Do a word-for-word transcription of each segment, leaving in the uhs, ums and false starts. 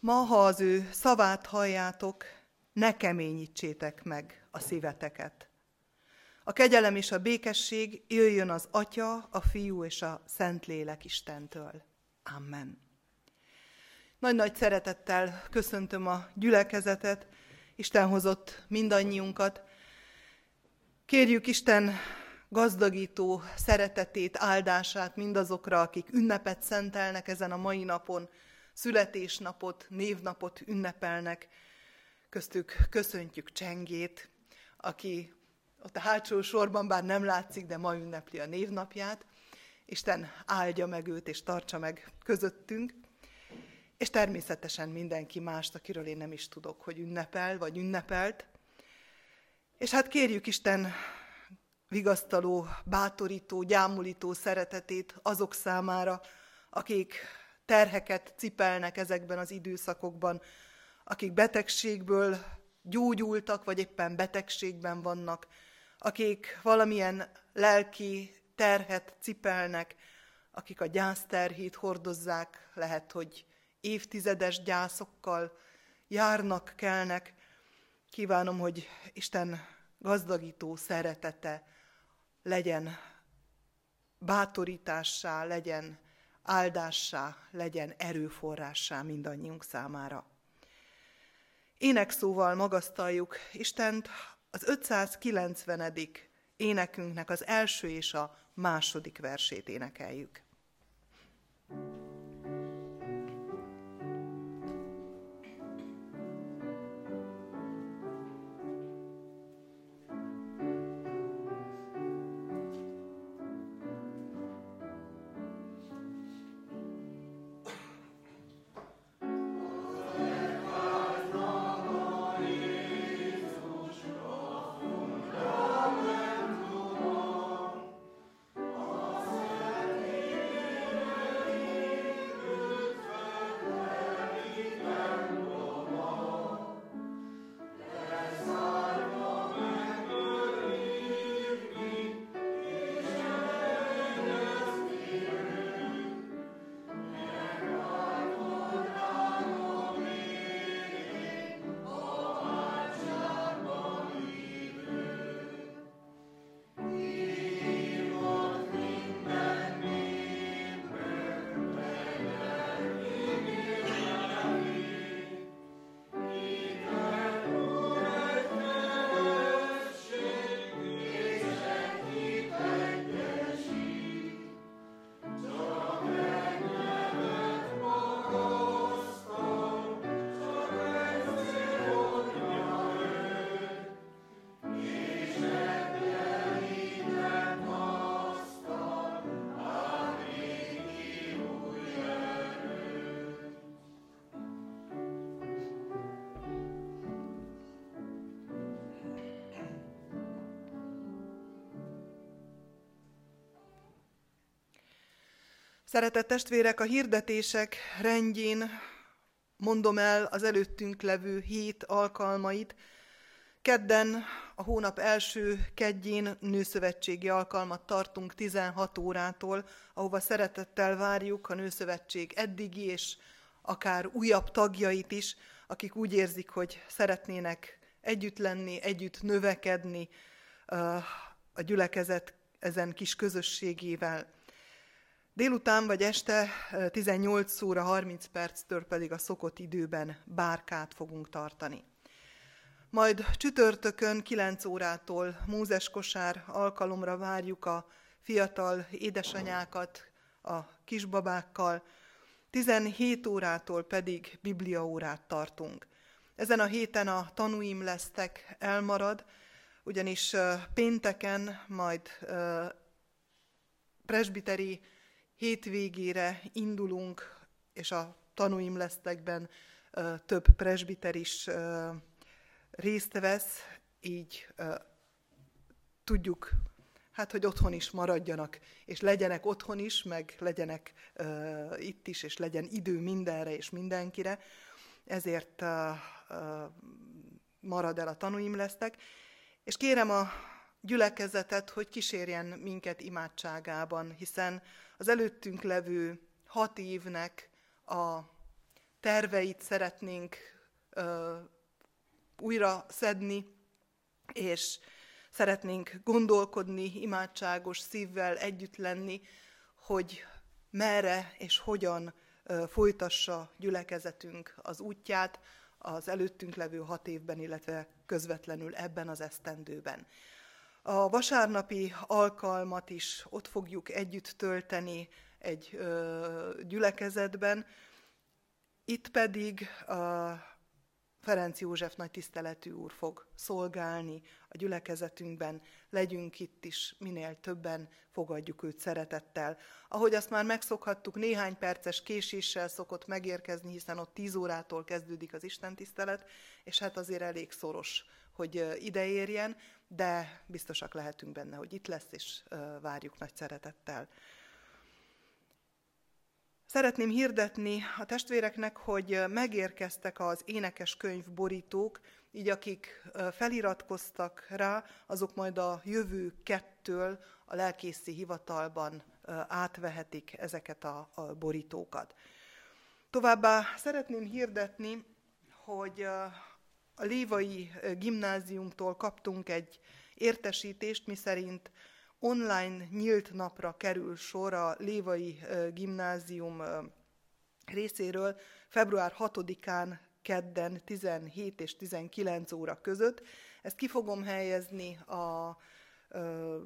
Ma, ha az ő szavát halljátok, ne keményítsétek meg a szíveteket. A kegyelem és a békesség jöjjön az Atya, a Fiú és a Szentlélek Istentől. Amen. Nagy-nagy szeretettel köszöntöm a gyülekezetet, Isten hozott mindannyiunkat. Kérjük Isten gazdagító szeretetét, áldását mindazokra, akik ünnepet szentelnek ezen a mai napon, születésnapot, névnapot ünnepelnek. Köztük köszöntjük Csengét, aki ott a hátsó sorban, bár nem látszik, de ma ünnepli a névnapját. Isten áldja meg őt és tartsa meg közöttünk. És természetesen mindenki mást, akiről én nem is tudok, hogy ünnepel vagy ünnepelt. És hát kérjük Isten vigasztaló, bátorító, gyámolító szeretetét azok számára, akik terheket cipelnek ezekben az időszakokban, akik betegségből gyógyultak, vagy éppen betegségben vannak, akik valamilyen lelki terhet cipelnek, akik a gyászterhét hordozzák, lehet, hogy évtizedes gyászokkal járnak, kelnek. Kívánom, hogy Isten gazdagító szeretete legyen bátorítássá, legyen áldássá, legyen erőforrássá mindannyiunk számára. Énekszóval magasztaljuk Istent, az ötszázkilencvenedik énekünknek az első és a második versét énekeljük. Szeretett testvérek, a hirdetések rendjén mondom el az előttünk levő hét alkalmait. Kedden, a hónap első kedjén nőszövetségi alkalmat tartunk tizenhat órától, ahova szeretettel várjuk a nőszövetség eddigi és akár újabb tagjait is, akik úgy érzik, hogy szeretnének együtt lenni, együtt növekedni a gyülekezet ezen kis közösségével. Délután vagy este tizennyolc óra harminc perctől pedig a szokott időben bárkát fogunk tartani. Majd csütörtökön kilenc órától Mózes kosár alkalomra várjuk a fiatal édesanyákat a kisbabákkal, tizenhét órától pedig bibliaórát tartunk. Ezen a héten a tanúimlesztek elmarad, ugyanis pénteken majd presbiteri hétvégére indulunk, és a tanúimlesztekben több presbiter is részt vesz, így tudjuk, hát, hogy otthon is maradjanak, és legyenek otthon is, meg legyenek itt is, és legyen idő mindenre és mindenkire. Ezért marad el a tanúimlesztek. És kérem a gyülekezetet, hogy kísérjen minket imádságában, hiszen az előttünk levő hat évnek a terveit szeretnénk ö, újra szedni, és szeretnénk gondolkodni, imádságos szívvel együtt lenni, hogy merre és hogyan ö, folytassa gyülekezetünk az útját az előttünk levő hat évben, illetve közvetlenül ebben az esztendőben. A vasárnapi alkalmat is ott fogjuk együtt tölteni egy ö, gyülekezetben, itt pedig a Ferenc József nagy tiszteletű úr fog szolgálni a gyülekezetünkben, legyünk itt is, minél többen fogadjuk őt szeretettel. Ahogy azt már megszokhattuk, néhány perces késéssel szokott megérkezni, hiszen ott tíz órától kezdődik az istentisztelet, és hát azért elég szoros, hogy ide érjen, de biztosak lehetünk benne, hogy itt lesz, és várjuk nagy szeretettel. Szeretném hirdetni a testvéreknek, hogy megérkeztek az énekeskönyv borítók, így akik feliratkoztak rá, azok majd a jövő kettől a lelkészi hivatalban átvehetik ezeket a borítókat. Továbbá szeretném hirdetni, hogy a Lévai Gimnáziumtól kaptunk egy értesítést, miszerint online nyílt napra kerül sor a Lévai Gimnázium részéről február hatodikán kedden tizenhét és tizenkilenc óra között. Ezt ki fogom helyezni a ö,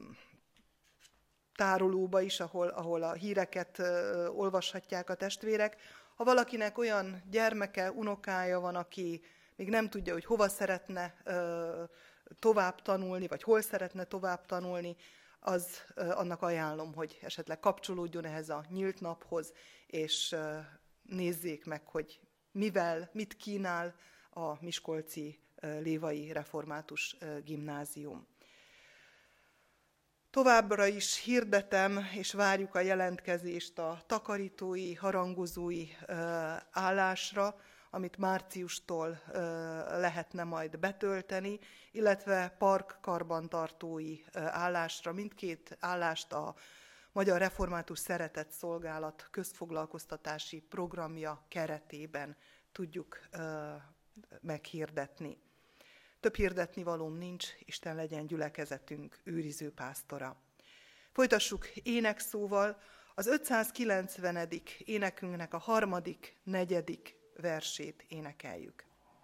tárolóba is, ahol, ahol a híreket ö, olvashatják a testvérek. Ha valakinek olyan gyermeke, unokája van, aki még nem tudja, hogy hova szeretne ö, tovább tanulni, vagy hol szeretne tovább tanulni, az annak ajánlom, hogy esetleg kapcsolódjon ehhez a nyílt naphoz, és nézzék meg, hogy mivel, mit kínál a Miskolci Lévai Református Gimnázium. Továbbra is hirdetem, és várjuk a jelentkezést a takarítói, harangozói állásra, amit márciustól lehetne majd betölteni, illetve parkkarbantartói állásra. Mindkét állást a Magyar Református Szeretett Szolgálat közfoglalkoztatási programja keretében tudjuk meghirdetni. Több hirdetni valóm nincs, Isten legyen gyülekezetünk őriző pásztora. Folytassuk énekszóval az ötszázkilencvenedik énekünknek a harmadik, negyedik versét énekeljük.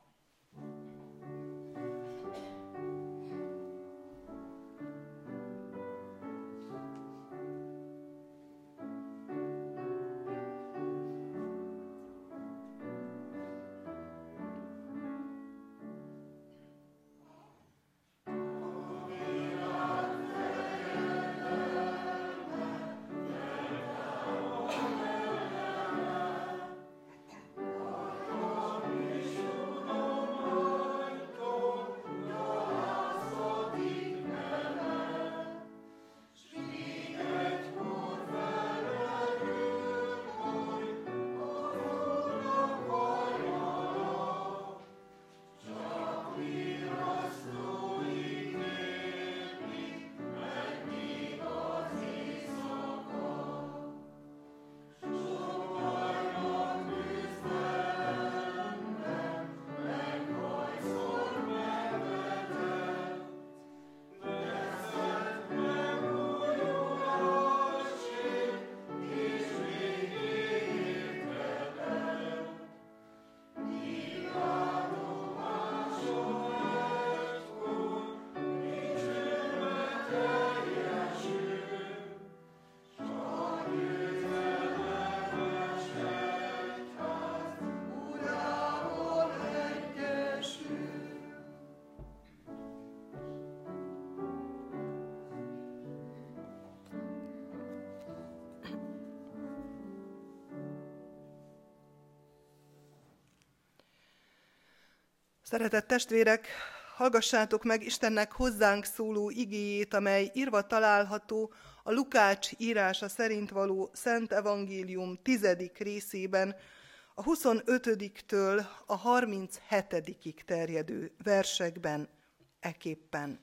Szeretett testvérek, hallgassátok meg Istennek hozzánk szóló igéjét, amely írva található a Lukács írása szerint való Szent Evangélium tizedik részében, a huszonötödiktől a harminchetedikig terjedő versekben eképpen.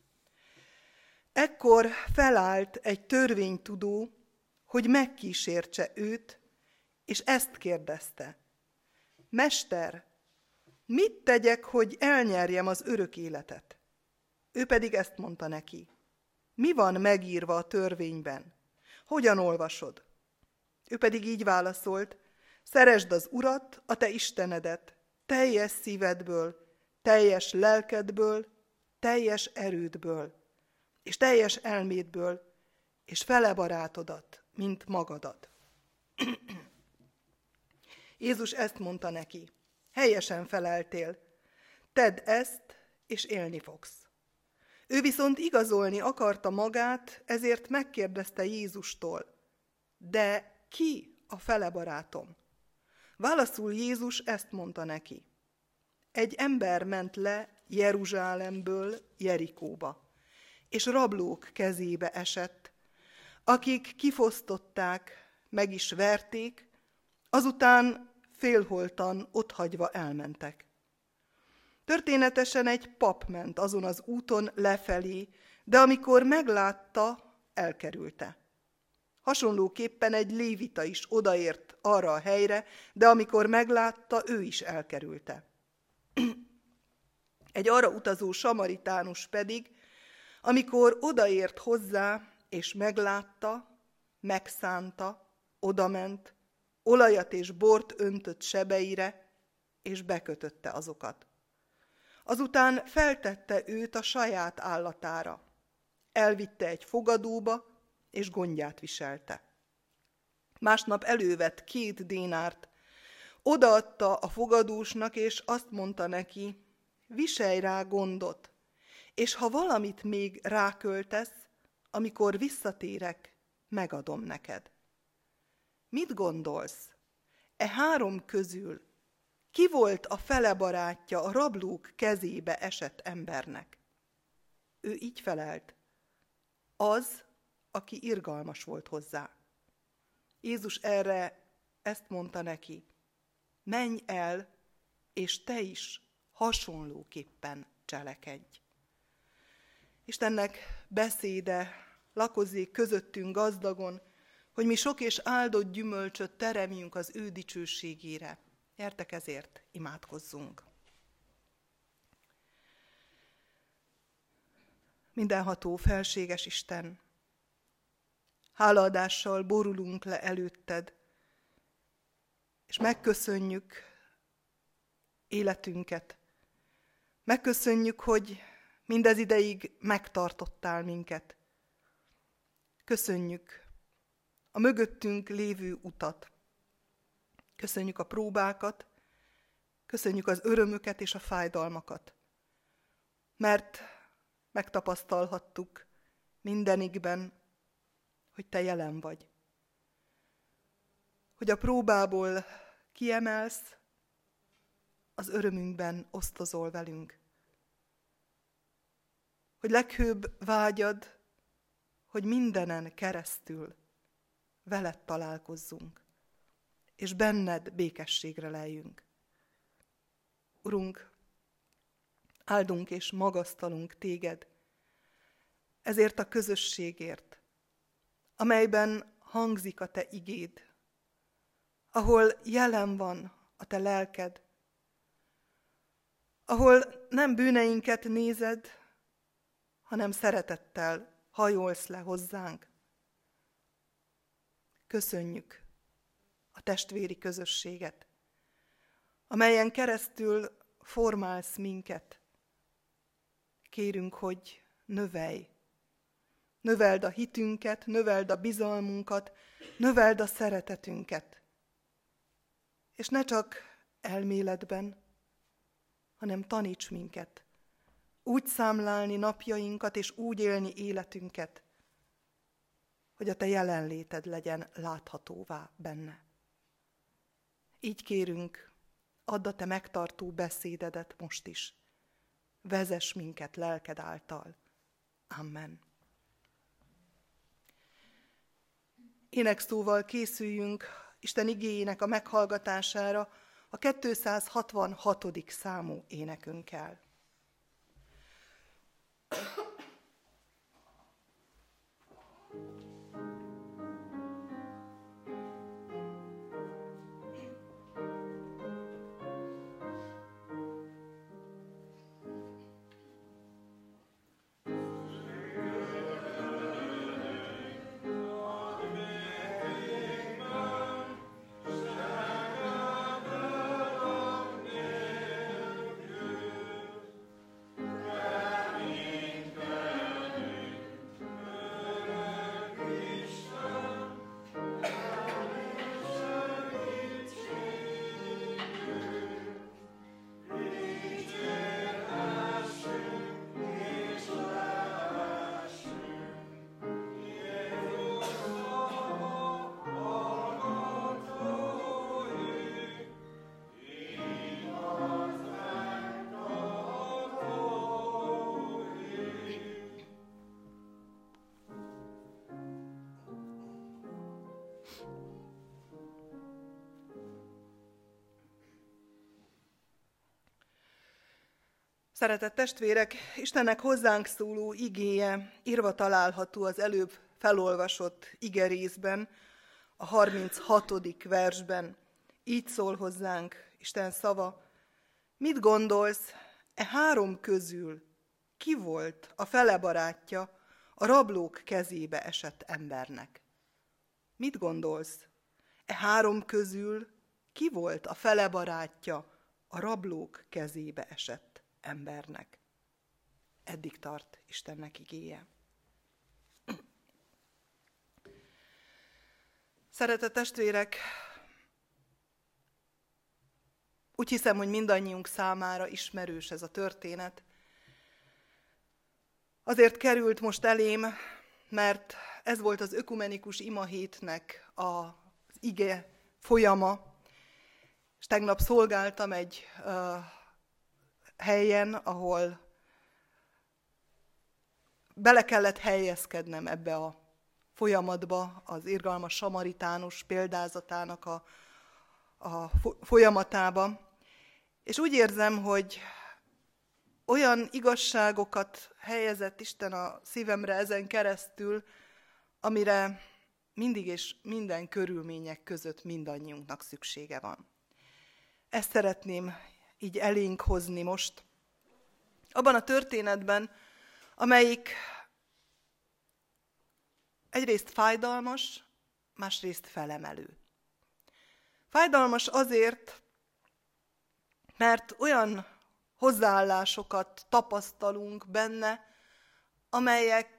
Ekkor felállt egy törvénytudó, hogy megkísértse őt, és ezt kérdezte: Mester, mit tegyek, hogy elnyerjem az örök életet? Ő pedig ezt mondta neki. Mi van megírva a törvényben? Hogyan olvasod? Ő pedig így válaszolt, szeresd az Urat, a te Istenedet, teljes szívedből, teljes lelkedből, teljes erődből, és teljes elmédből, és fele barátodat, mint magadat. Jézus ezt mondta neki, helyesen feleltél, tedd ezt, és élni fogsz. Ő viszont igazolni akarta magát, ezért megkérdezte Jézustól, de ki a fele barátom? Válaszul Jézus ezt mondta neki. Egy ember ment le Jeruzsálemből Jerikóba, és rablók kezébe esett, akik kifosztották, meg is verték, azután félholtan otthagyva elmentek. Történetesen egy pap ment azon az úton lefelé, de amikor meglátta, elkerülte. Hasonlóképpen egy lévita is odaért arra a helyre, de amikor meglátta, ő is elkerülte. Egy arra utazó samaritánus pedig, amikor odaért hozzá, és meglátta, megszánta, odament, olajat és bort öntött sebeire, és bekötötte azokat. Azután feltette őt a saját állatára. Elvitte egy fogadóba, és gondját viselte. Másnap elővett két dénárt, odaadta a fogadósnak, és azt mondta neki, viselj rá gondot, és ha valamit még ráköltesz, amikor visszatérek, megadom neked. Mit gondolsz? E három közül ki volt a fele barátja a rablók kezébe esett embernek? Ő így felelt, az, aki irgalmas volt hozzá. Jézus erre ezt mondta neki, menj el, és te is hasonlóképpen cselekedj. Istennek beszéde lakozzék közöttünk gazdagon, hogy mi sok és áldott gyümölcsöt teremjünk az ő dicsőségére. Gyertek ezért, imádkozzunk. Mindenható, felséges Isten, hálaadással borulunk le előtted, és megköszönjük életünket. Megköszönjük, hogy mindez ideig megtartottál minket. Köszönjük a mögöttünk lévő utat. Köszönjük a próbákat, köszönjük az örömöket és a fájdalmakat, mert megtapasztalhattuk mindenikben, hogy te jelen vagy. Hogy a próbából kiemelsz, az örömünkben osztozol velünk. Hogy leghőbb vágyad, hogy mindenen keresztül veled találkozzunk, és benned békességre leljünk. Urunk, áldunk és magasztalunk téged, ezért a közösségért, amelyben hangzik a te igéd, ahol jelen van a te lelked, ahol nem bűneinket nézed, hanem szeretettel hajolsz le hozzánk. Köszönjük a testvéri közösséget, amelyen keresztül formálsz minket. Kérünk, hogy növelj. Növeld a hitünket, növeld a bizalmunkat, növeld a szeretetünket. És ne csak elméletben, hanem taníts minket úgy számlálni napjainkat és úgy élni életünket, hogy a te jelenléted legyen láthatóvá benne. Így kérünk, add a te megtartó beszédedet most is. Vezess minket lelked által. Amen. Énekszóval készüljünk Isten igéjének a meghallgatására a kétszázhatvanhatodik számú énekünkkel. Szeretett testvérek, Istennek hozzánk szóló igéje írva található az előbb felolvasott igerészben, a harminchatodik versben. Így szól hozzánk Isten szava: mit gondolsz, e három közül ki volt a fele barátja a rablók kezébe esett embernek? Mit gondolsz, e három közül ki volt a fele barátja a rablók kezébe esett embernek? Eddig tart Istennek igéje. Szeretett testvérek, úgy hiszem, hogy mindannyiunk számára ismerős ez a történet. Azért került most elém, mert ez volt az ökumenikus imahétnek az ige folyama, és tegnap szolgáltam egy uh, helyen, ahol bele kellett helyezkednem ebbe a folyamatba, az irgalmas samaritánus példázatának a, a folyamatába. És úgy érzem, hogy olyan igazságokat helyezett Isten a szívemre ezen keresztül, amire mindig és minden körülmények között mindannyiunknak szüksége van. Ezt szeretném így elénk hozni most. Abban a történetben, amelyik egyrészt fájdalmas, másrészt felemelő. Fájdalmas azért, mert olyan hozzáállásokat tapasztalunk benne, amelyek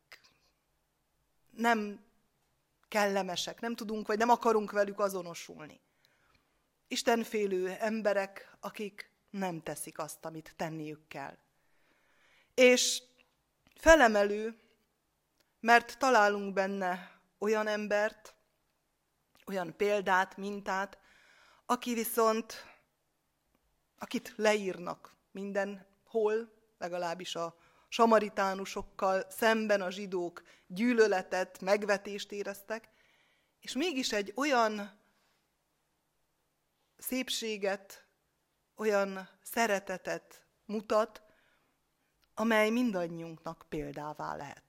nem kellemesek, nem tudunk, vagy nem akarunk velük azonosulni. Istenfélő emberek, akik nem teszik azt, amit tenniük kell. És felemelő, mert találunk benne olyan embert, olyan példát, mintát, aki viszont, akit leírnak mindenhol, legalábbis a samaritánusokkal szemben a zsidók gyűlöletet, megvetést éreztek, és mégis egy olyan szépséget, olyan szeretetet mutat, amely mindannyiunknak példává lehet.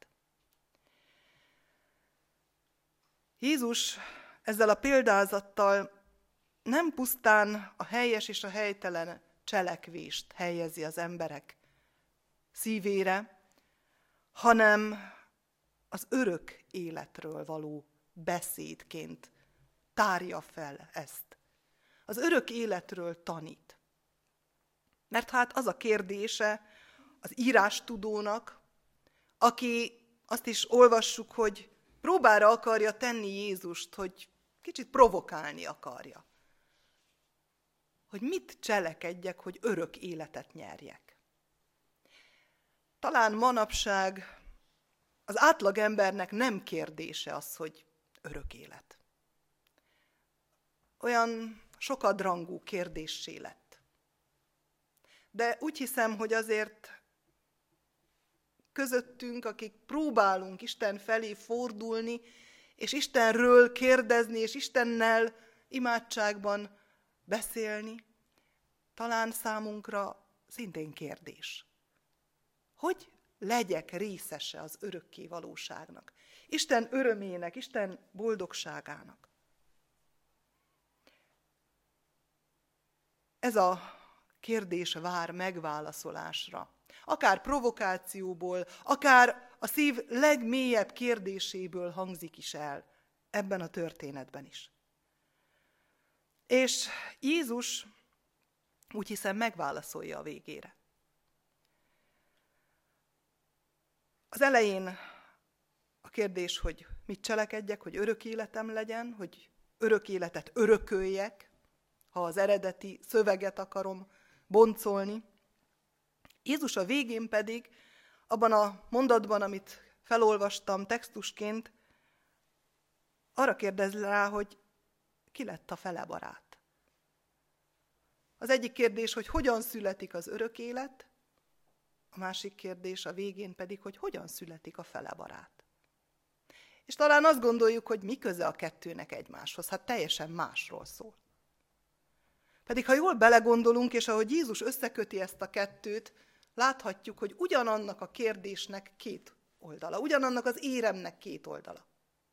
Jézus ezzel a példázattal nem pusztán a helyes és a helytelen cselekvést helyezi az emberek szívére, hanem az örök életről való beszédként tárja fel ezt. Az örök életről tanít. Mert hát az a kérdése az írástudónak, aki azt is olvassuk, hogy próbára akarja tenni Jézust, hogy kicsit provokálni akarja. Hogy mit cselekedjek, hogy örök életet nyerjek. Talán manapság az átlagembernek nem kérdése az, hogy örök élet. Olyan sokadrangú kérdéssé lett. De úgy hiszem, hogy azért közöttünk, akik próbálunk Isten felé fordulni, és Istenről kérdezni, és Istennel imádságban beszélni, talán számunkra szintén kérdés. Hogy legyek részese az örökké valóságnak, Isten örömének, Isten boldogságának? Ez a kérdés vár megválaszolásra. Akár provokációból, akár a szív legmélyebb kérdéséből hangzik is el ebben a történetben is. És Jézus úgy hiszem megválaszolja a végére. Az elején a kérdés, hogy mit cselekedjek, hogy örök életem legyen, hogy örök életet örököljek, ha az eredeti szöveget akarom boncolni. Jézus a végén pedig, abban a mondatban, amit felolvastam textusként, arra kérdez rá, hogy ki lett a fele barát. Az egyik kérdés, hogy hogyan születik az örök élet, a másik kérdés a végén pedig, hogy hogyan születik a fele barát. És talán azt gondoljuk, hogy mi köze a kettőnek egymáshoz, hát teljesen másról szól. Pedig ha jól belegondolunk, és ahogy Jézus összeköti ezt a kettőt, láthatjuk, hogy ugyanannak a kérdésnek két oldala, ugyanannak az éremnek két oldala.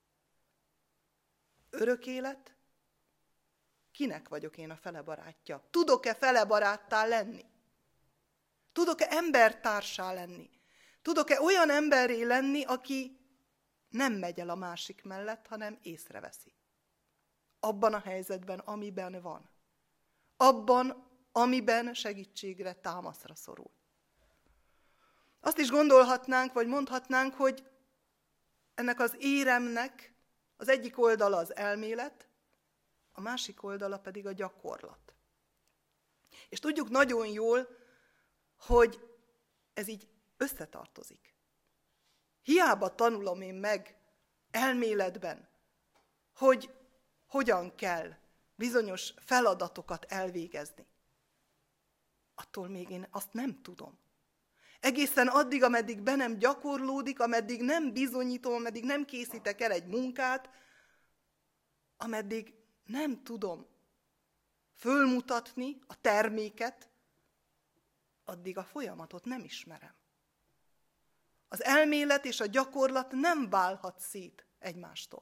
Örök élet? Kinek vagyok én a fele barátja? Tudok-e fele baráttá lenni? Tudok-e embertársá lenni? Tudok-e olyan emberré lenni, aki nem megy el a másik mellett, hanem észreveszi? Abban a helyzetben, amiben van. Abban, amiben segítségre, támaszra szorul. Azt is gondolhatnánk, vagy mondhatnánk, hogy ennek az éremnek az egyik oldala az elmélet, a másik oldala pedig a gyakorlat. És tudjuk nagyon jól, hogy ez így összetartozik. Hiába tanulom én meg elméletben, hogy hogyan kell bizonyos feladatokat elvégezni. Attól még én azt nem tudom. Egészen addig, ameddig be nem gyakorlódik, ameddig nem bizonyítom, ameddig nem készítek el egy munkát, ameddig nem tudom fölmutatni a terméket, addig a folyamatot nem ismerem. Az elmélet és a gyakorlat nem válhat szét egymástól.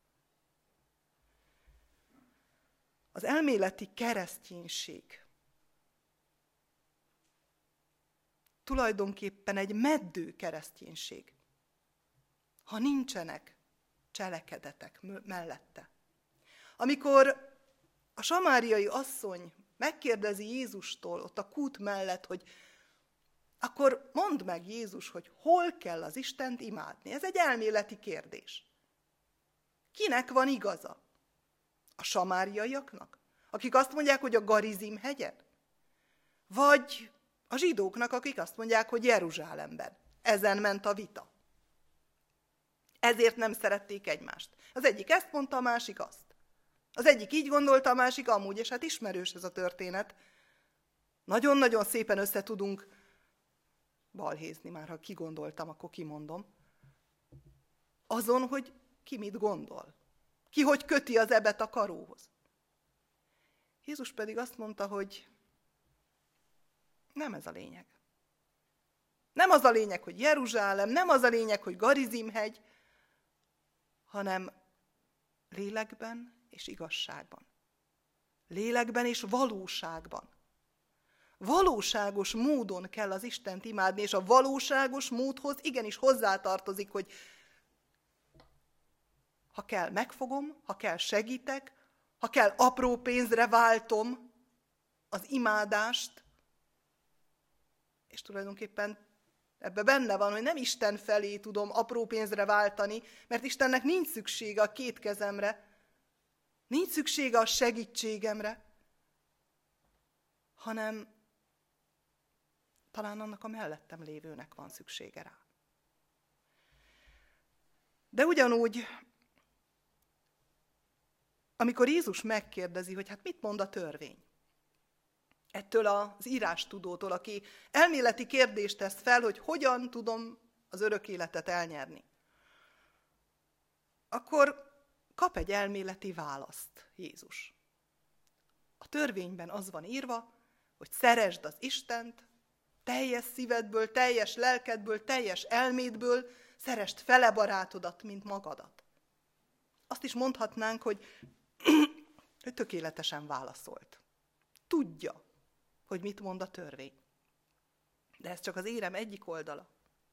Az elméleti kereszténység tulajdonképpen egy meddő kereszténység, ha nincsenek cselekedetek mellette. Amikor a samáriai asszony megkérdezi Jézustól ott a kút mellett, hogy akkor mondd meg, Jézus, hogy hol kell az Istent imádni. Ez egy elméleti kérdés. Kinek van igaza? A samáriaiaknak? Akik azt mondják, hogy a Garizim hegyen? Vagy a zsidóknak, akik azt mondják, hogy Jeruzsálemben? Ezen ment a vita. Ezért nem szerették egymást. Az egyik ezt mondta, a másik azt. Az egyik így gondolta, a másik amúgy, és hát ismerős ez a történet. Nagyon-nagyon szépen össze tudunk balhézni, már ha kigondoltam, akkor kimondom. Azon, hogy ki mit gondol. Ki hogy köti az ebet a karóhoz. Jézus pedig azt mondta, hogy nem ez a lényeg. Nem az a lényeg, hogy Jeruzsálem, nem az a lényeg, hogy Garizim hegy, hanem lélekben és igazságban. Lélekben és valóságban. Valóságos módon kell az Istent imádni, és a valóságos módhoz igenis hozzátartozik, hogy ha kell, megfogom, ha kell, segítek, ha kell, apró pénzre váltom az imádást, és tulajdonképpen ebben benne van, hogy nem Isten felé tudom apró pénzre váltani, mert Istennek nincs szüksége a két kezemre, nincs szüksége a segítségemre, hanem talán annak a mellettem lévőnek van szüksége rá. De ugyanúgy, amikor Jézus megkérdezi, hogy hát mit mond a törvény, ettől az írástudótól, aki elméleti kérdést tesz fel, hogy hogyan tudom az örök életet elnyerni, akkor kap egy elméleti választ Jézus. A törvényben az van írva, hogy szeresd az Istent, teljes szívedből, teljes lelkedből, teljes elmédből, szeresd fele barátodat, mint magadat. Azt is mondhatnánk, hogy, hogy tökéletesen válaszolt. Tudja, hogy mit mond a törvény. De ez csak az érem egyik oldala.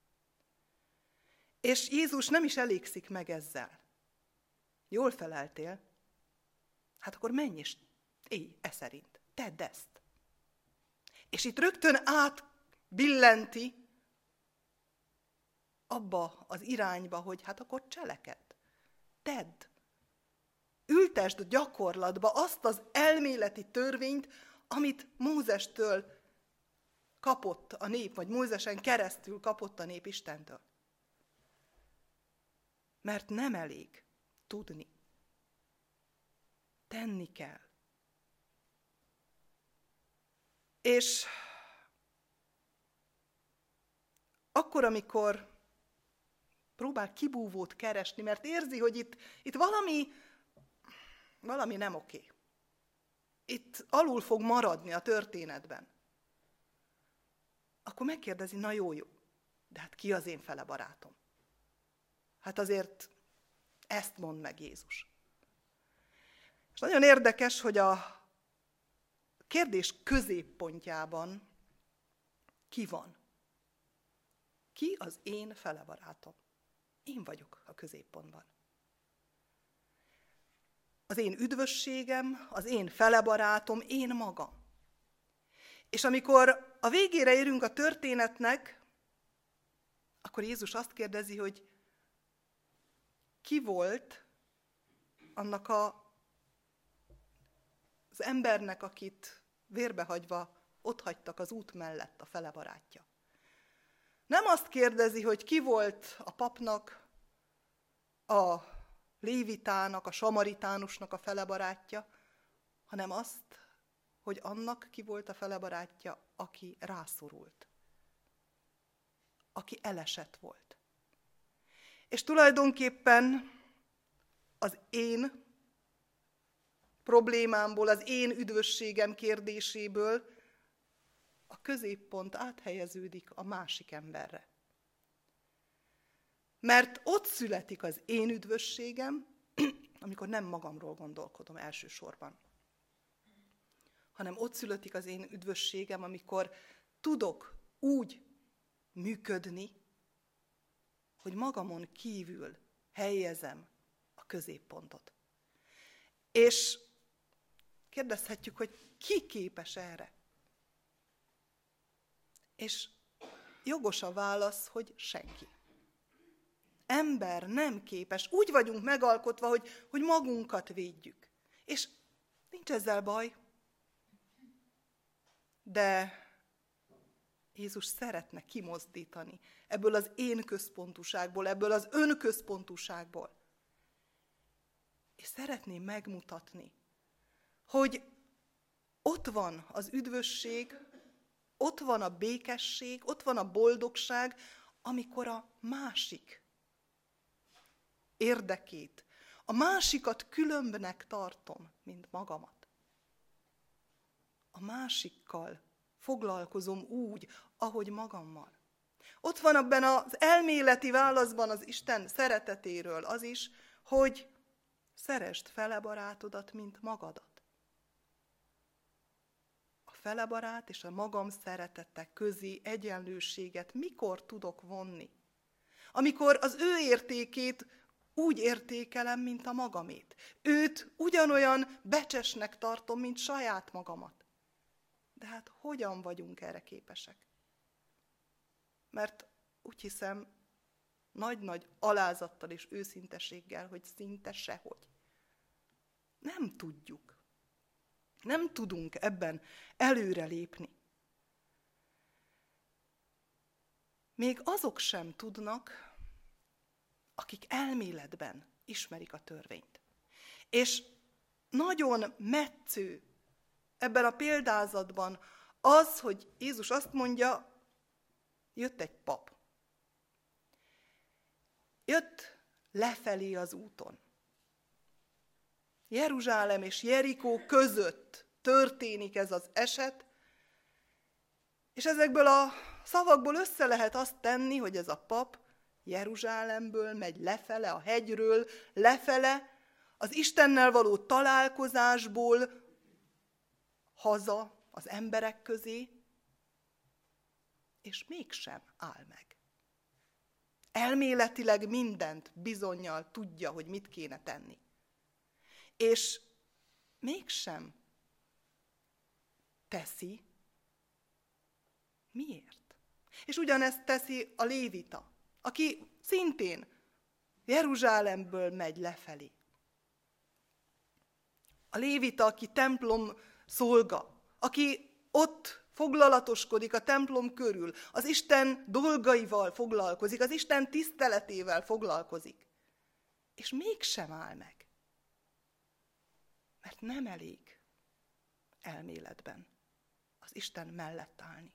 És Jézus nem is elégszik meg ezzel. Jól feleltél, hát akkor menj és élj e szerint. Tedd ezt. És itt rögtön átbillenti abba az irányba, hogy hát akkor cselekedd. Tedd. Ültesd gyakorlatba azt az elméleti törvényt, amit Mózestől kapott a nép, vagy Mózesen keresztül kapott a nép Istentől. Mert nem elég tudni. Tenni kell. És akkor, amikor próbál kibúvót keresni, mert érzi, hogy itt, itt valami, valami nem oké. Itt alul fog maradni a történetben. akkor megkérdezi, na jó, jó, de hát ki az én fele barátom? Hát azért ezt mond meg Jézus. És nagyon érdekes, hogy a kérdés középpontjában ki van? Ki az én fele barátom? Én vagyok a középpontban. Az én üdvösségem, az én fele barátom, én magam. És amikor a végére érünk a történetnek, akkor Jézus azt kérdezi, hogy ki volt annak a, az embernek, akit vérbehagyva otthagytak az út mellett a fele barátja. Nem azt kérdezi, hogy ki volt a papnak, a lévitának, a samaritánusnak a fele barátja, hanem azt, hogy annak ki volt a fele barátja, aki rászorult, aki elesett volt. És tulajdonképpen az én problémámból, az én üdvösségem kérdéséből a középpont áthelyeződik a másik emberre. Mert ott születik az én üdvösségem, amikor nem magamról gondolkodom elsősorban, hanem ott születik az én üdvösségem, amikor tudok úgy működni, hogy magamon kívül helyezem a középpontot. És kérdezhetjük, hogy ki képes erre? És jogos a válasz, hogy senki. Ember nem képes. Úgy vagyunk megalkotva, hogy, hogy magunkat védjük. És nincs ezzel baj. De Jézus szeretne kimozdítani ebből az én központúságból, ebből az önközpontúságból. És szeretném megmutatni, hogy ott van az üdvösség, ott van a békesség, ott van a boldogság, amikor a másik érdekét, a másikat különbnek tartom, mint magamat. A másikkal foglalkozom úgy, ahogy magammal. Ott van abban az elméleti válaszban az Isten szeretetéről az is, hogy szeresd fele barátodat, mint magadat. A fele barát és a magam szeretete közé egyenlőséget mikor tudok vonni? Amikor az ő értékét úgy értékelem, mint a magamét. Őt ugyanolyan becsesnek tartom, mint saját magamat. De hát hogyan vagyunk erre képesek? Mert úgy hiszem, nagy-nagy alázattal és őszinteséggel, hogy szinte sehogy. Nem tudjuk. Nem tudunk ebben előrelépni. Még azok sem tudnak, akik elméletben ismerik a törvényt. És nagyon metsző ebben a példázatban az, hogy Jézus azt mondja, jött egy pap. Jött lefelé az úton. Jeruzsálem és Jerikó között történik ez az eset, és ezekből a szavakból össze lehet azt tenni, hogy ez a pap Jeruzsálemből megy lefele, a hegyről lefele, az Istennel való találkozásból haza az emberek közé, és mégsem áll meg. Elméletileg mindent bizonnyal tudja, hogy mit kéne tenni. És mégsem teszi. Miért? És ugyanezt teszi a lévita, aki szintén Jeruzsálemből megy lefelé. A lévita, aki templom szolga, aki ott foglalatoskodik a templom körül, az Isten dolgaival foglalkozik, az Isten tiszteletével foglalkozik. És mégsem áll meg. Mert nem elég elméletben az Isten mellett állni,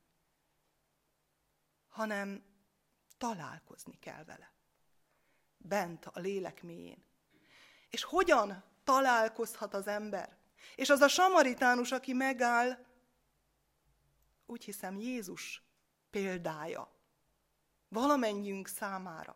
hanem találkozni kell vele. Bent a lélek mélyén. És hogyan találkozhat az ember? És az a samaritánus, aki megáll, úgy hiszem Jézus példája. Valamennyiünk számára.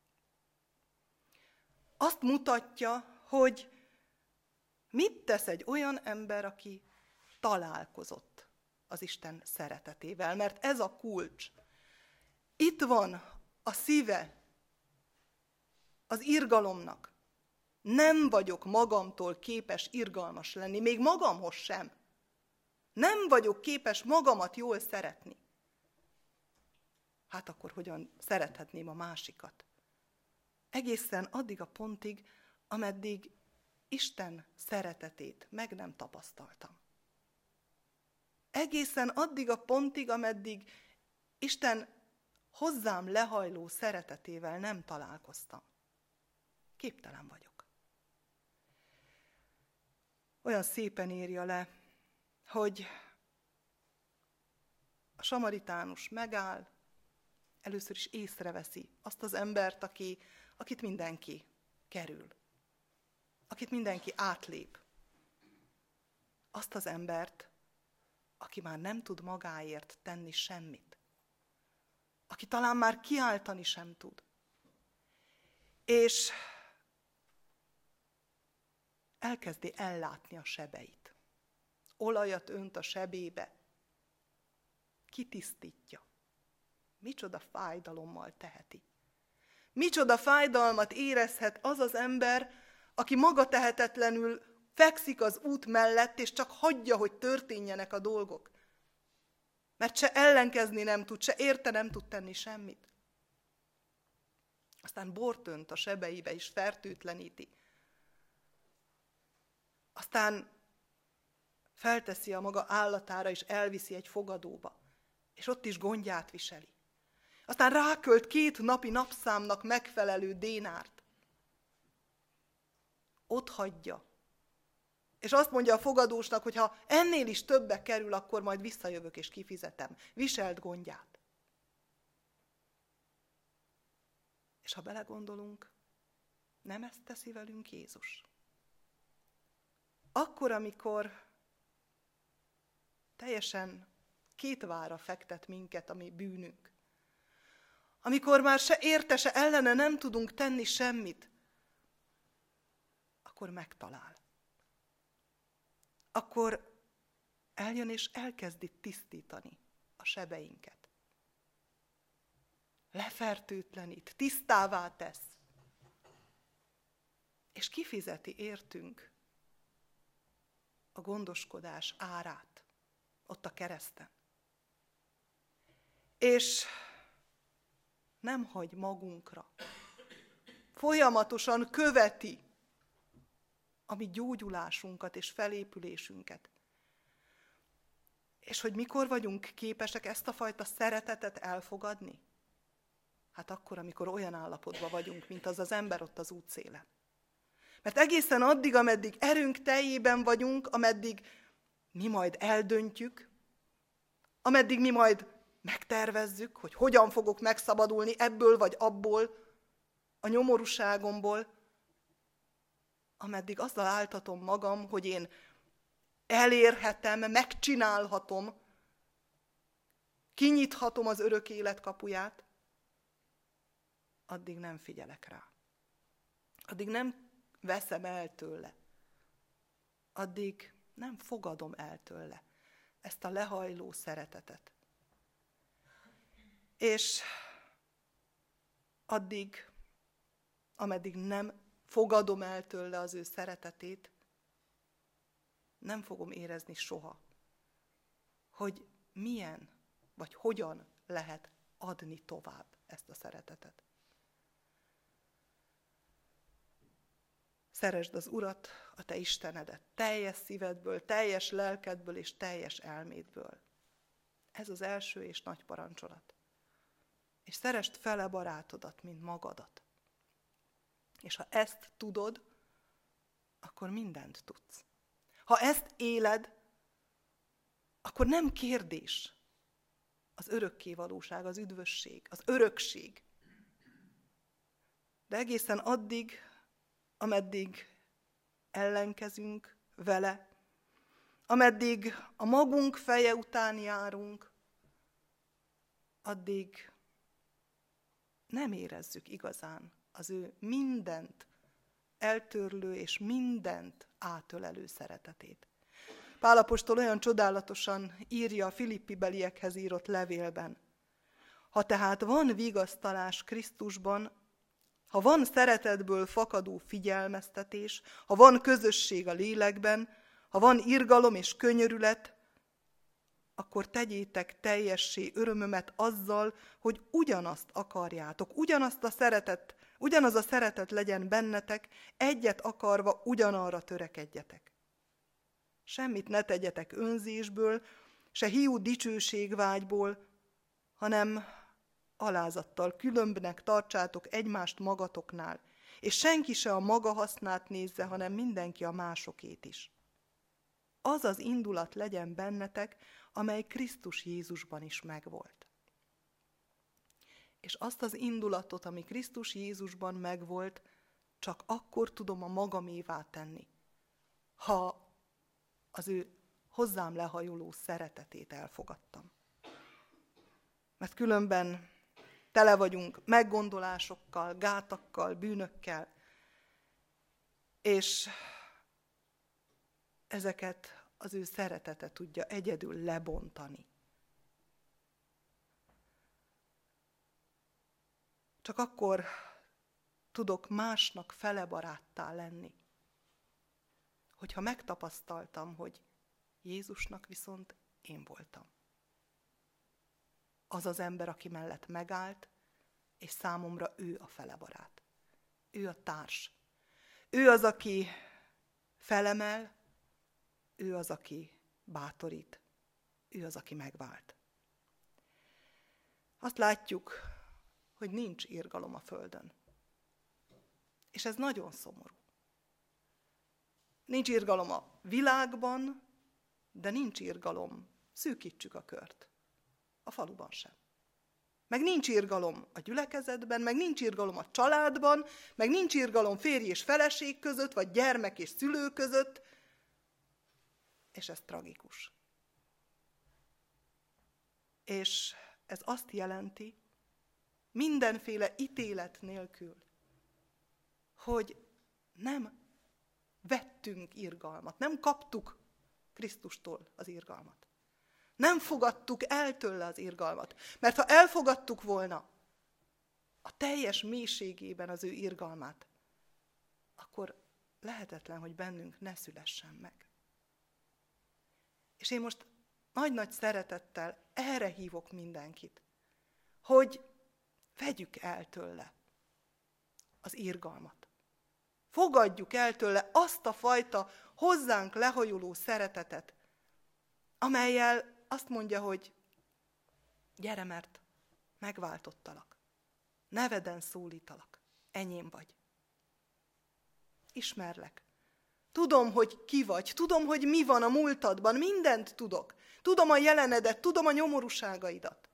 Azt mutatja, hogy mit tesz egy olyan ember, aki találkozott az Isten szeretetével, mert ez a kulcs. Itt van a szíve az irgalomnak. Nem vagyok magamtól képes irgalmas lenni, még magamhoz sem. Nem vagyok képes magamat jól szeretni. Hát akkor hogyan szerethetném a másikat? Egészen addig a pontig, ameddig Isten szeretetét meg nem tapasztaltam. Egészen addig a pontig, ameddig Isten hozzám lehajló szeretetével nem találkoztam. Képtelen vagyok. Olyan szépen írja le, hogy a samaritánus megáll, először is észreveszi azt az embert, aki, akit mindenki kerül, akit mindenki átlép. Azt az embert, aki már nem tud magáért tenni semmit, aki talán már kiáltani sem tud. És elkezdi ellátni a sebeit. Olajat önt a sebébe, kitisztítja. Micsoda fájdalommal teheti. Micsoda fájdalmat érezhet az az ember, aki maga tehetetlenül fekszik az út mellett, és csak hagyja, hogy történjenek a dolgok. Mert se ellenkezni nem tud, se érte nem tud tenni semmit. Aztán bort önt a sebeibe, és fertőtleníti. Aztán felteszi a maga állatára, és elviszi egy fogadóba, és ott is gondját viseli. Aztán rákölt két napi napszámnak megfelelő dénárt. Ott hagyja. És azt mondja a fogadósnak, hogy ha ennél is többe kerül, akkor majd visszajövök és kifizetem. Viselt gondját. És ha belegondolunk, nem ezt teszi velünk Jézus. Akkor, amikor teljesen kétvára fektet minket a mi bűnünk, amikor már se érte, se ellene nem tudunk tenni semmit, akkor megtalál. Akkor eljön és elkezdi tisztítani a sebeinket. Lefertőtlenít, tisztává tesz, és kifizeti értünk a gondoskodás árát ott a kereszten. És nem hagy magunkra. Folyamatosan követi a mi gyógyulásunkat és felépülésünket. És hogy mikor vagyunk képesek ezt a fajta szeretetet elfogadni? Hát akkor, amikor olyan állapotban vagyunk, mint az az ember ott az útszélen. Mert egészen addig, ameddig erőnk teljében vagyunk, ameddig mi majd eldöntjük, ameddig mi majd megtervezzük, hogy hogyan fogok megszabadulni ebből vagy abból, a nyomorúságomból, ameddig azzal áltatom magam, hogy én elérhetem, megcsinálhatom, kinyithatom az örök élet kapuját, addig nem figyelek rá. Addig nem veszem el tőle. Addig nem fogadom el tőle ezt a lehajló szeretetet. És addig, ameddig nem fogadom el tőle az ő szeretetét, nem fogom érezni soha, hogy milyen, vagy hogyan lehet adni tovább ezt a szeretetet. Szeresd az Urat, a te Istenedet, teljes szívedből, teljes lelkedből és teljes elmédből. Ez az első és nagy parancsolat. És szeresd fele barátodat, mint magadat. És ha ezt tudod, akkor mindent tudsz. Ha ezt éled, akkor nem kérdés az örökkévalóság, az üdvösség, az örökség. De egészen addig, ameddig ellenkezünk vele, ameddig a magunk feje után járunk, addig nem érezzük igazán az ő mindent eltörlő és mindent átölelő szeretetét. Pál apostol olyan csodálatosan írja a Filippi beliekhez írott levélben: ha tehát van vigasztalás Krisztusban, ha van szeretetből fakadó figyelmeztetés, ha van közösség a lélekben, ha van irgalom és könyörület, akkor tegyétek teljessé örömömet azzal, hogy ugyanazt akarjátok, ugyanazt a szeretet, ugyanaz a szeretet legyen bennetek, egyet akarva ugyanarra törekedjetek. Semmit ne tegyetek önzésből, se hiú dicsőségvágyból, hanem alázattal különbnek tartsátok egymást magatoknál, és senki se a maga hasznát nézze, hanem mindenki a másokét is. Az az indulat legyen bennetek, amely Krisztus Jézusban is megvolt. És azt az indulatot, ami Krisztus Jézusban megvolt, csak akkor tudom a magamévá tenni, ha az ő hozzám lehajoló szeretetét elfogadtam. Mert különben tele vagyunk meggondolásokkal, gátakkal, bűnökkel, és ezeket az ő szeretete tudja egyedül lebontani. Csak akkor tudok másnak felebaráttá lenni, hogyha megtapasztaltam, hogy Jézusnak viszont én voltam. Az az ember, aki mellett megállt, és számomra ő a felebarát. Ő a társ. Ő az, aki felemel, ő az, aki bátorít, ő az, aki megvált. Azt látjuk, hogy nincs irgalom a földön. És ez nagyon szomorú. Nincs irgalom a világban, de nincs irgalom, szűkítsük a kört, a faluban sem. Meg nincs irgalom a gyülekezetben, meg nincs irgalom a családban, meg nincs irgalom férj és feleség között, vagy gyermek és szülő között, és ez tragikus. És ez azt jelenti, mindenféle ítélet nélkül, hogy nem vettünk irgalmat, nem kaptuk Krisztustól az irgalmat. Nem fogadtuk el tőle az irgalmat. Mert ha elfogadtuk volna a teljes mélységében az ő irgalmát, akkor lehetetlen, hogy bennünk ne szülessen meg. És én most nagy-nagy szeretettel erre hívok mindenkit, hogy vegyük el tőle az irgalmat. Fogadjuk el tőle azt a fajta hozzánk lehajoló szeretetet, amellyel azt mondja, hogy gyere, mert megváltottalak, neveden szólítalak, enyém vagy. Ismerlek. Tudom, hogy ki vagy, tudom, hogy mi van a múltadban, mindent tudok. Tudom a jelenedet, tudom a nyomorúságaidat.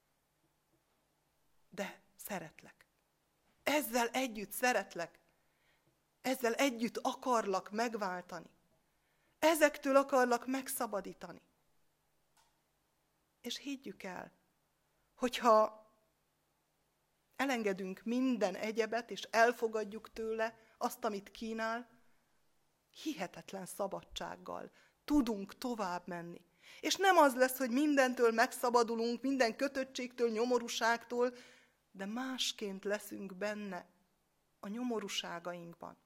De szeretlek. Ezzel együtt szeretlek. Ezzel együtt akarlak megváltani. Ezektől akarlak megszabadítani. És higgyük el, hogyha elengedünk minden egyebet, és elfogadjuk tőle azt, amit kínál, hihetetlen szabadsággal tudunk tovább menni. És nem az lesz, hogy mindentől megszabadulunk, minden kötöttségtől, nyomorúságtól, de másként leszünk benne a nyomorúságainkban.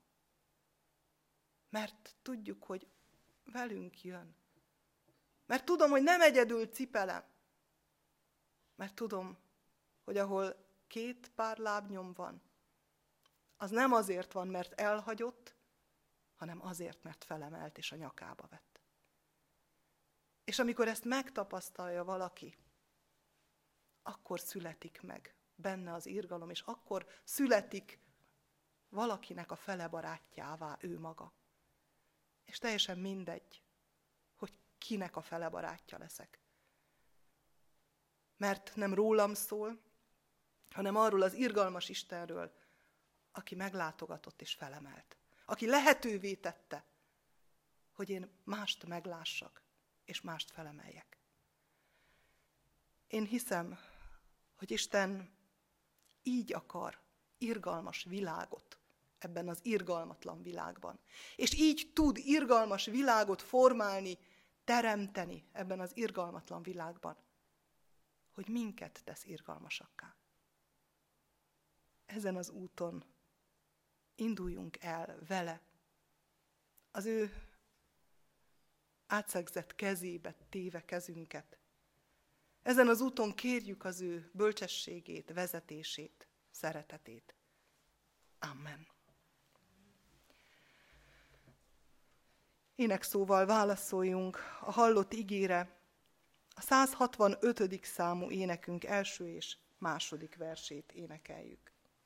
Mert tudjuk, hogy velünk jön. Mert tudom, hogy nem egyedül cipelem. Mert tudom, hogy ahol két pár lábnyom van, az nem azért van, mert elhagyott, hanem azért, mert felemelt és a nyakába vett. És amikor ezt megtapasztalja valaki, akkor születik meg benne az irgalom, és akkor születik valakinek a fele barátjává ő maga. És teljesen mindegy, hogy kinek a fele barátja leszek. Mert nem rólam szól, hanem arról az irgalmas Istenről, aki meglátogatott és felemelt. Aki lehetővé tette, hogy én mást meglássak, és mást felemeljek. Én hiszem, hogy Isten így akar irgalmas világot ebben az irgalmatlan világban. És így tud irgalmas világot formálni, teremteni ebben az irgalmatlan világban, hogy minket tesz irgalmasakká. Ezen az úton induljunk el vele, az ő átszegzett kezébe téve kezünket. Ezen az úton kérjük az ő bölcsességét, vezetését, szeretetét. Amen. Énekszóval válaszoljunk a hallott igére, a száz hatvanötödik számú énekünk első és második versét énekeljük.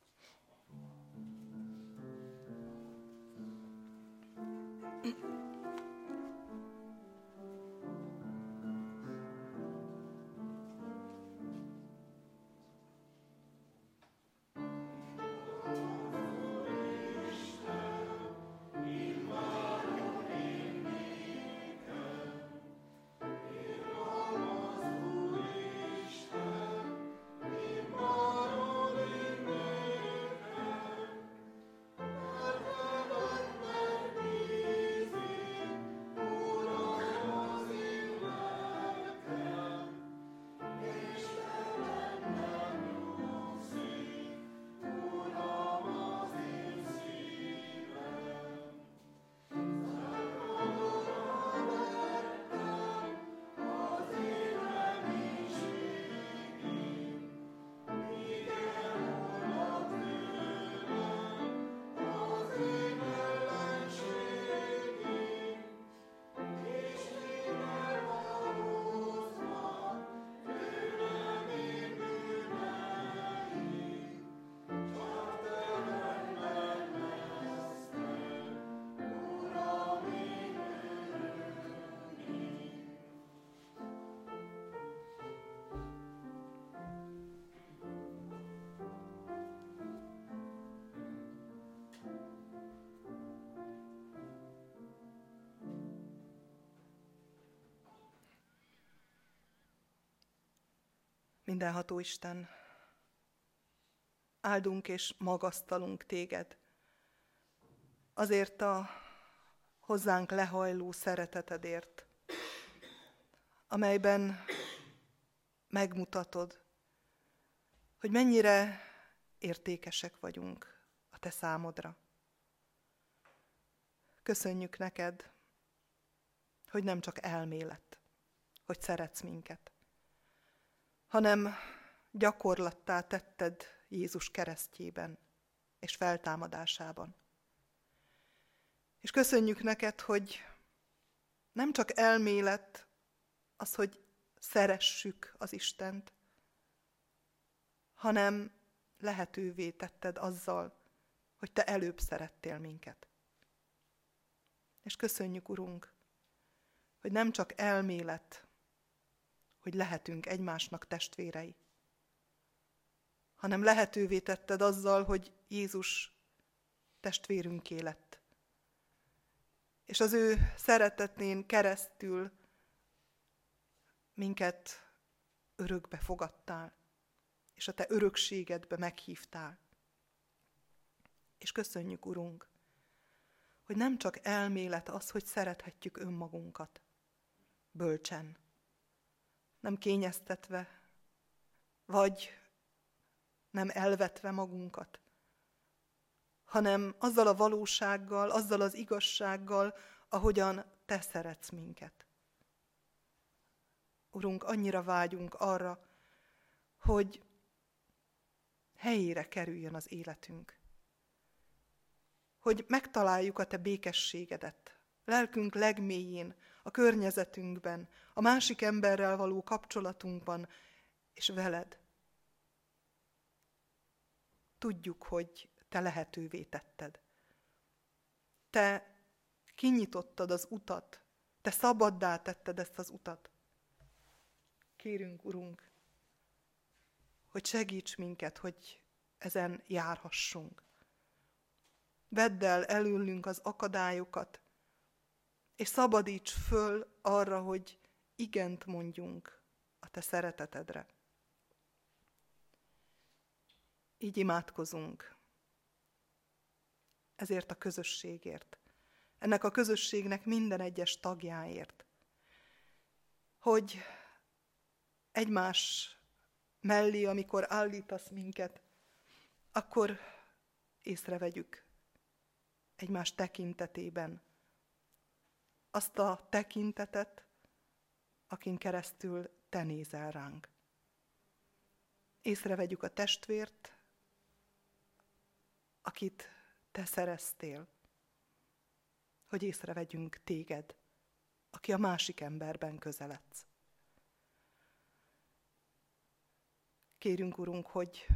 Mindenható Isten, áldunk és magasztalunk téged, azért a hozzánk lehajló szeretetedért, amelyben megmutatod, hogy mennyire értékesek vagyunk a te számodra. Köszönjük neked, hogy nem csak elmélet, hogy szeretsz minket, hanem gyakorlattá tetted Jézus keresztjében és feltámadásában. És köszönjük neked, hogy nem csak elmélet az, hogy szeressük az Istent, hanem lehetővé tetted azzal, hogy te előbb szerettél minket. És köszönjük, Urunk, hogy nem csak elmélet, hogy lehetünk egymásnak testvérei, hanem lehetővé tetted azzal, hogy Jézus testvérünké lett. És az ő szeretetén keresztül minket örökbe fogadtál, és a te örökségedbe meghívtál. És köszönjük, Urunk, hogy nem csak elmélet az, hogy szerethetjük önmagunkat bölcsen, nem kényeztetve, vagy nem elvetve magunkat, hanem azzal a valósággal, azzal az igazsággal, ahogyan te szeretsz minket. Urunk, annyira vágyunk arra, hogy helyére kerüljön az életünk, hogy megtaláljuk a te békességedet, lelkünk legmélyén, a környezetünkben, a másik emberrel való kapcsolatunkban, és veled. Tudjuk, hogy te lehetővé tetted. Te kinyitottad az utat, te szabaddá tetted ezt az utat. Kérünk, Urunk, hogy segíts minket, hogy ezen járhassunk. Vedd el előlünk az akadályokat, és szabadíts föl arra, hogy igent mondjunk a te szeretetedre. Így imádkozunk ezért a közösségért, ennek a közösségnek minden egyes tagjáért, hogy egymás mellé, amikor állítasz minket, akkor észrevegyük egymás tekintetében azt a tekintetet, akin keresztül te nézel ránk. Észrevegyük a testvért, akit te szereztél, hogy észrevegyünk téged, aki a másik emberben közeledsz. Kérünk, Urunk, hogy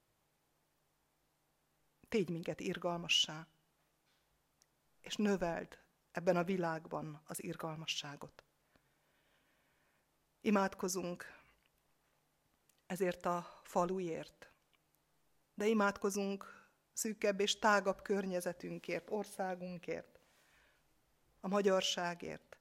tégy minket irgalmassá, és növeld ebben a világban az irgalmasságot. Imádkozunk ezért a faluért, de imádkozunk szűkebb és tágabb környezetünkért, országunkért, a magyarságért.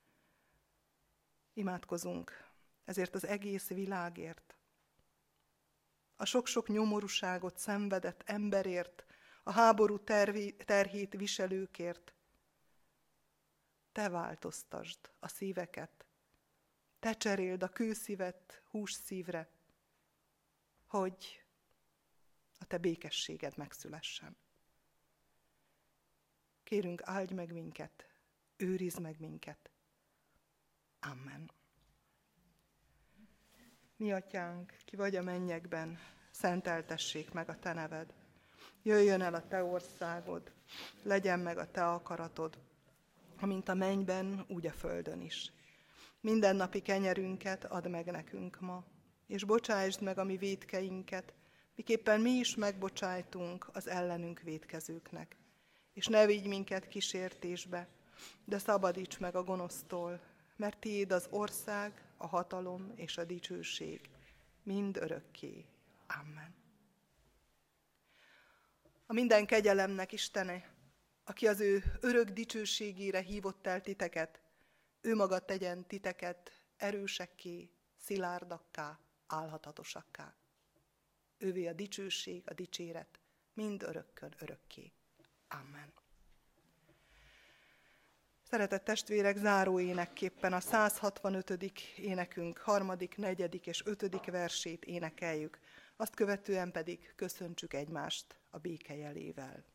Imádkozunk ezért az egész világért, a sok-sok nyomorúságot szenvedett emberért, a háború tervi, terhét viselőkért. Te változtasd a szíveket, te cseréld a kőszívet hússzívre, hogy a te békességed megszülessen. Kérünk, áldj meg minket, őrizd meg minket. Amen. Mi atyánk, ki vagy a mennyekben, szenteltessék meg a te neved. Jöjjön el a te országod, legyen meg a te akaratod, amint a mennyben, úgy a földön is. Mindennapi kenyerünket add meg nekünk ma, és bocsásd meg a mi vétkeinket, miképpen mi is megbocsájtunk az ellenünk vétkezőknek. És ne vigy minket kísértésbe, de szabadíts meg a gonosztól, mert tiéd az ország, a hatalom és a dicsőség, mind örökké. Amen. A minden kegyelemnek Istene, aki az ő örök dicsőségére hívott el titeket, ő maga tegyen titeket erősekké, szilárdakká, állhatatosakká. Ővé a dicsőség, a dicséret, mind örökkön örökké. Amen. Szeretett testvérek, záró énekképpen a száz hatvanötödik énekünk harmadik, negyedik és ötödik versét énekeljük, azt követően pedig köszöntsük egymást a béke jelével.